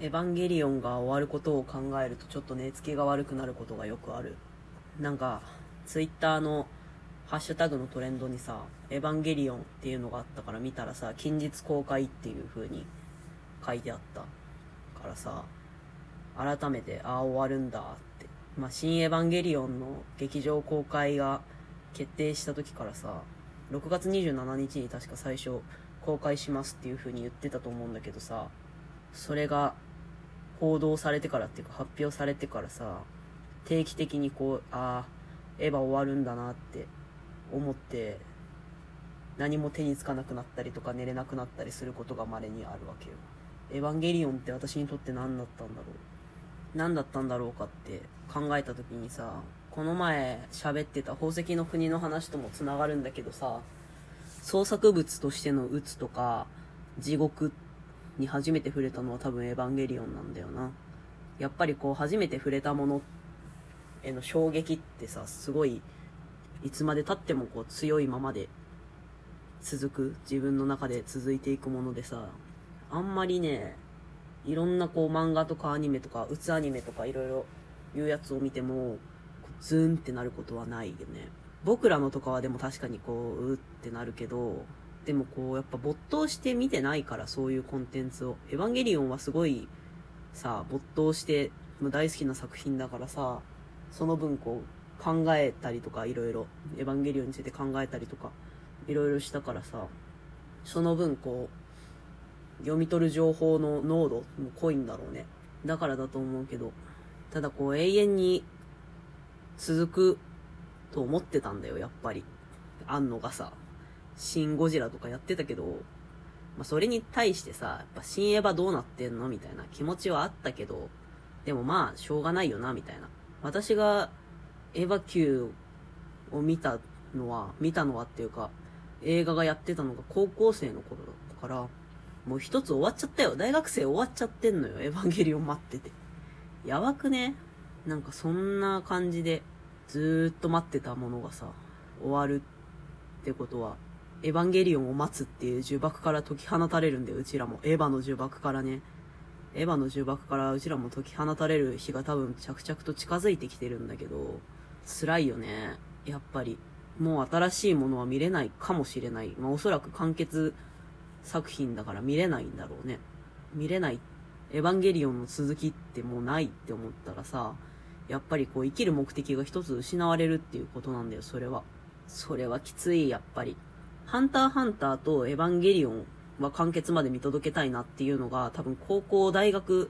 エヴァンゲリオンが終わることを考えるとちょっと寝つきが悪くなることがよくある。なんか、ツイッターのハッシュタグのトレンドにさ、エヴァンゲリオンっていうのがあったから見たらさ、近日公開っていう風に書いてあったからさ、改めて、終わるんだって。新エヴァンゲリオンの劇場公開が決定した時からさ、6月27日に確か最初公開しますっていう風に言ってたと思うんだけどさ、それが報道されてからっていうか発表されてからさ、定期的にエヴァ終わるんだなって思って、何も手につかなくなったりとか寝れなくなったりすることが稀にあるわけよ。エヴァンゲリオンって私にとって何だったんだろう。何だったんだろうかって考えた時にさ、この前喋ってた宝石の国の話ともつながるんだけどさ、創作物としての鬱とか地獄に初めて触れたのは多分エヴァンゲリオンなんだよな。やっぱり初めて触れたものへの衝撃ってさ、すごいいつまで経っても強いままで続く、自分の中で続いていくものでさ、あんまりね、いろんな漫画とかアニメとかうつアニメとかいろいろいうやつを見てもズーンってなることはないよね。僕らのとかはでも確かにうってなるけど、でもやっぱ没頭して見てないから、そういうコンテンツを。エヴァンゲリオンはすごいさ、没頭して大好きな作品だからさ、その分考えたりとかいろいろ、エヴァンゲリオンについて考えたりとかいろいろしたからさ、その分読み取る情報の濃度も濃いんだろうね。だからだと思うけど、ただ永遠に続くと思ってたんだよ、やっぱり。庵野がさ、シン・ゴジラとかやってたけど、それに対してさ、やっぱ新エヴァどうなってんのみたいな気持ちはあったけど、でもしょうがないよな、みたいな。私がエヴァ級を見たのはっていうか、映画がやってたのが高校生の頃だったから、もう一つ終わっちゃったよ。大学生終わっちゃってんのよ、エヴァンゲリオン待ってて。やばくね？なんかそんな感じで、ずーっと待ってたものがさ、終わるってことは、エヴァンゲリオンを待つっていう呪縛から解き放たれるんだよ、うちらも。エヴァの呪縛からね。エヴァの呪縛からうちらも解き放たれる日が多分着々と近づいてきてるんだけど、辛いよね。やっぱり。もう新しいものは見れないかもしれない。おそらく完結作品だから見れないんだろうね。見れない。エヴァンゲリオンの続きってもうないって思ったらさ、やっぱり生きる目的が一つ失われるっていうことなんだよ、それは。それはきつい、やっぱり。ハンターハンターとエヴァンゲリオンは完結まで見届けたいなっていうのが多分高校、大学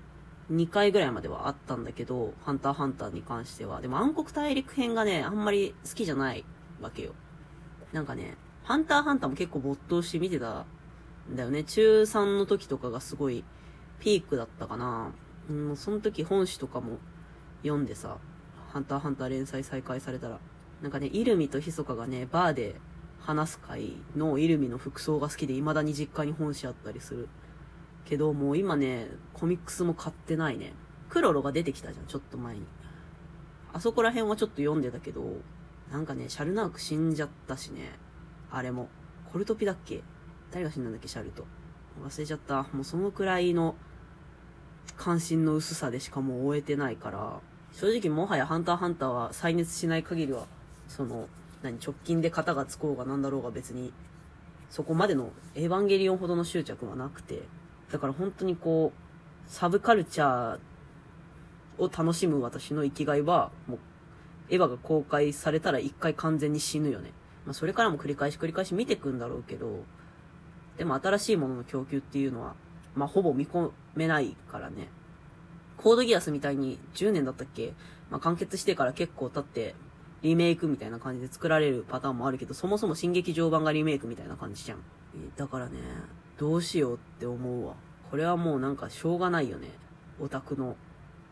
2回ぐらいまではあったんだけど、ハンターハンターに関しては。でも暗黒大陸編がね、あんまり好きじゃないわけよ。なんかね、ハンターハンターも結構没頭して見てたんだよね。中3の時とかがすごいピークだったかな。その時本誌とかも読んでさ、ハンターハンター連載再開されたら、なんかね、イルミとヒソカがね、バーで話す回のイルミの服装が好きで未だに実家に本誌あったりする。けどもう今ね、コミックスも買ってないね。クロロが出てきたじゃん、ちょっと前に。あそこら辺はちょっと読んでたけど、なんかね、シャルナーク死んじゃったしね。あれも。コルトピだっけ？誰が死んだんだっけ、シャルト。忘れちゃった。もうそのくらいの関心の薄さでしかもう終えてないから、正直もはやハンターハンターは再熱しない限りは、直近で型がつこうがなんだろうが別に、そこまでのエヴァンゲリオンほどの執着はなくて、だから本当にサブカルチャーを楽しむ私の生きがいは、もう、エヴァが公開されたら一回完全に死ぬよね。それからも繰り返し見てくんだろうけど、でも新しいものの供給っていうのは、ほぼ見込めないからね。コードギアスみたいに10年だったっけ？完結してから結構経って、リメイクみたいな感じで作られるパターンもあるけど、そもそも新劇場版がリメイクみたいな感じじゃん。だからね、どうしようって思うわ。これはもうなんかしょうがないよね。オタクの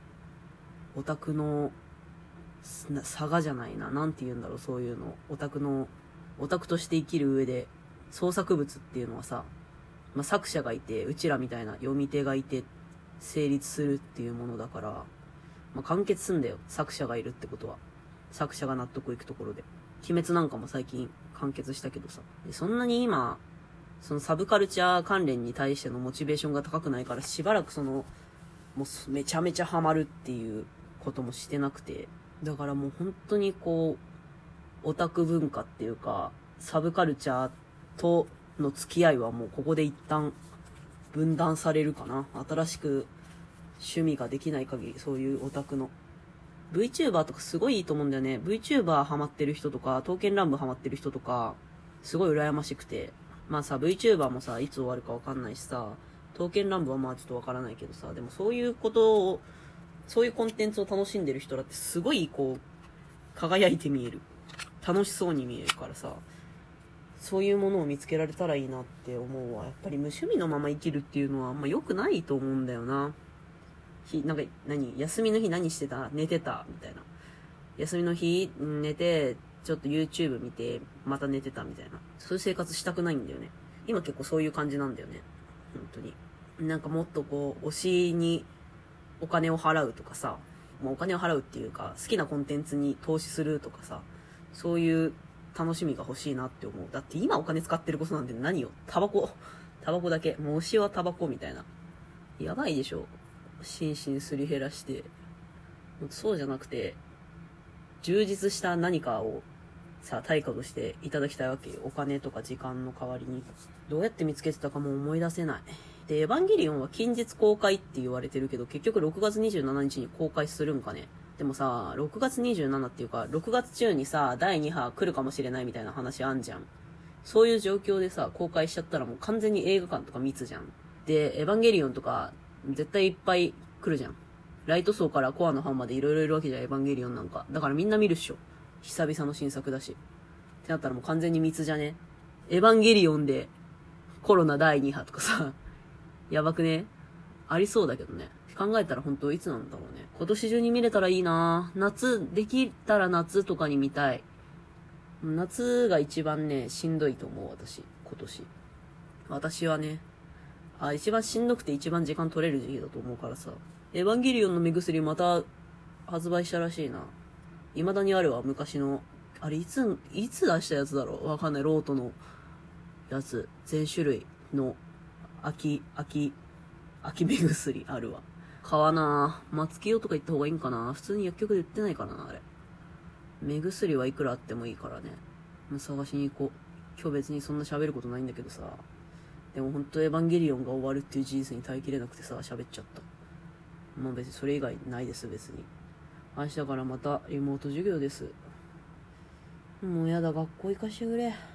差がじゃないな。なんて言うんだろう、そういうの。オタクとして生きる上で、創作物っていうのはさ、作者がいて、うちらみたいな読み手がいて、成立するっていうものだから、完結すんだよ。作者がいるってことは。作者が納得いくところで。鬼滅なんかも最近完結したけどさ。そんなに今、そのサブカルチャー関連に対してのモチベーションが高くないから、しばらくもうめちゃめちゃハマるっていうこともしてなくて。だからもう本当にこう、オタク文化っていうか、サブカルチャーとの付き合いはもうここで一旦分断されるかな。新しく趣味ができない限り、そういうオタクの。VTuber とかすごいいいと思うんだよね。VTuber ハマってる人とか、刀剣乱舞ハマってる人とか、すごい羨ましくて。まあさ、VTuber もさ、いつ終わるかわかんないしさ、刀剣乱舞はまあちょっとわからないけどさ、でもそういうことを、そういうコンテンツを楽しんでる人だってすごいこう、輝いて見える。楽しそうに見えるからさ、そういうものを見つけられたらいいなって思うわ。やっぱり無趣味のまま生きるっていうのは、まあ良くないと思うんだよな。なんか、休みの日何してた？寝てたみたいな。休みの日、寝て、ちょっと YouTube 見て、また寝てたみたいな。そういう生活したくないんだよね。今結構そういう感じなんだよね。本当に。なんかもっとこう、推しにお金を払うとかさ、もうお金を払うっていうか、好きなコンテンツに投資するとかさ、そういう楽しみが欲しいなって思う。だって今お金使ってることなんて何よ？タバコだけ。もう推しはタバコみたいな。やばいでしょ。心身すり減らして。そうじゃなくて、充実した何かをさ、対価としていただきたいわけよ。お金とか時間の代わりに。どうやって見つけてたかもう思い出せない。で、エヴァンゲリオンは近日公開って言われてるけど、結局6月27日に公開するんかね。でもさ、6月27っていうか、6月中にさ、第2波来るかもしれないみたいな話あんじゃん。そういう状況でさ、公開しちゃったらもう完全に映画館とか密じゃん。で、エヴァンゲリオンとか、絶対いっぱい来るじゃん。ライト層からコアのファンまでいろいろいるわけじゃん、エヴァンゲリオンなんか。だからみんな見るっしょ。久々の新作だし。ってなったらもう完全に密じゃね？エヴァンゲリオンでコロナ第2波とかさ、やばくね？ありそうだけどね。考えたら本当いつなんだろうね。今年中に見れたらいいな。夏、できたら夏とかに見たい。夏が一番ね、しんどいと思う、私。今年。私はね、一番しんどくて一番時間取れる時期だと思うからさ。エヴァンゲリオンの目薬また発売したらしいな。未だにあるわ、昔の。あれ、いつ出したやつだろうわかんない。ロートのやつ。全種類の秋目薬あるわ。買わなぁ。松清とか行った方がいいんかな。普通に薬局で売ってないからな、あれ。目薬はいくらあってもいいからね。もう探しに行こう。今日別にそんな喋ることないんだけどさ。でも本当エヴァンゲリオンが終わるっていう事実に耐えきれなくてさ、喋っちゃった。まあ別にそれ以外ないです、別に。明日からまたリモート授業です。もうやだ、学校行かしてくれ。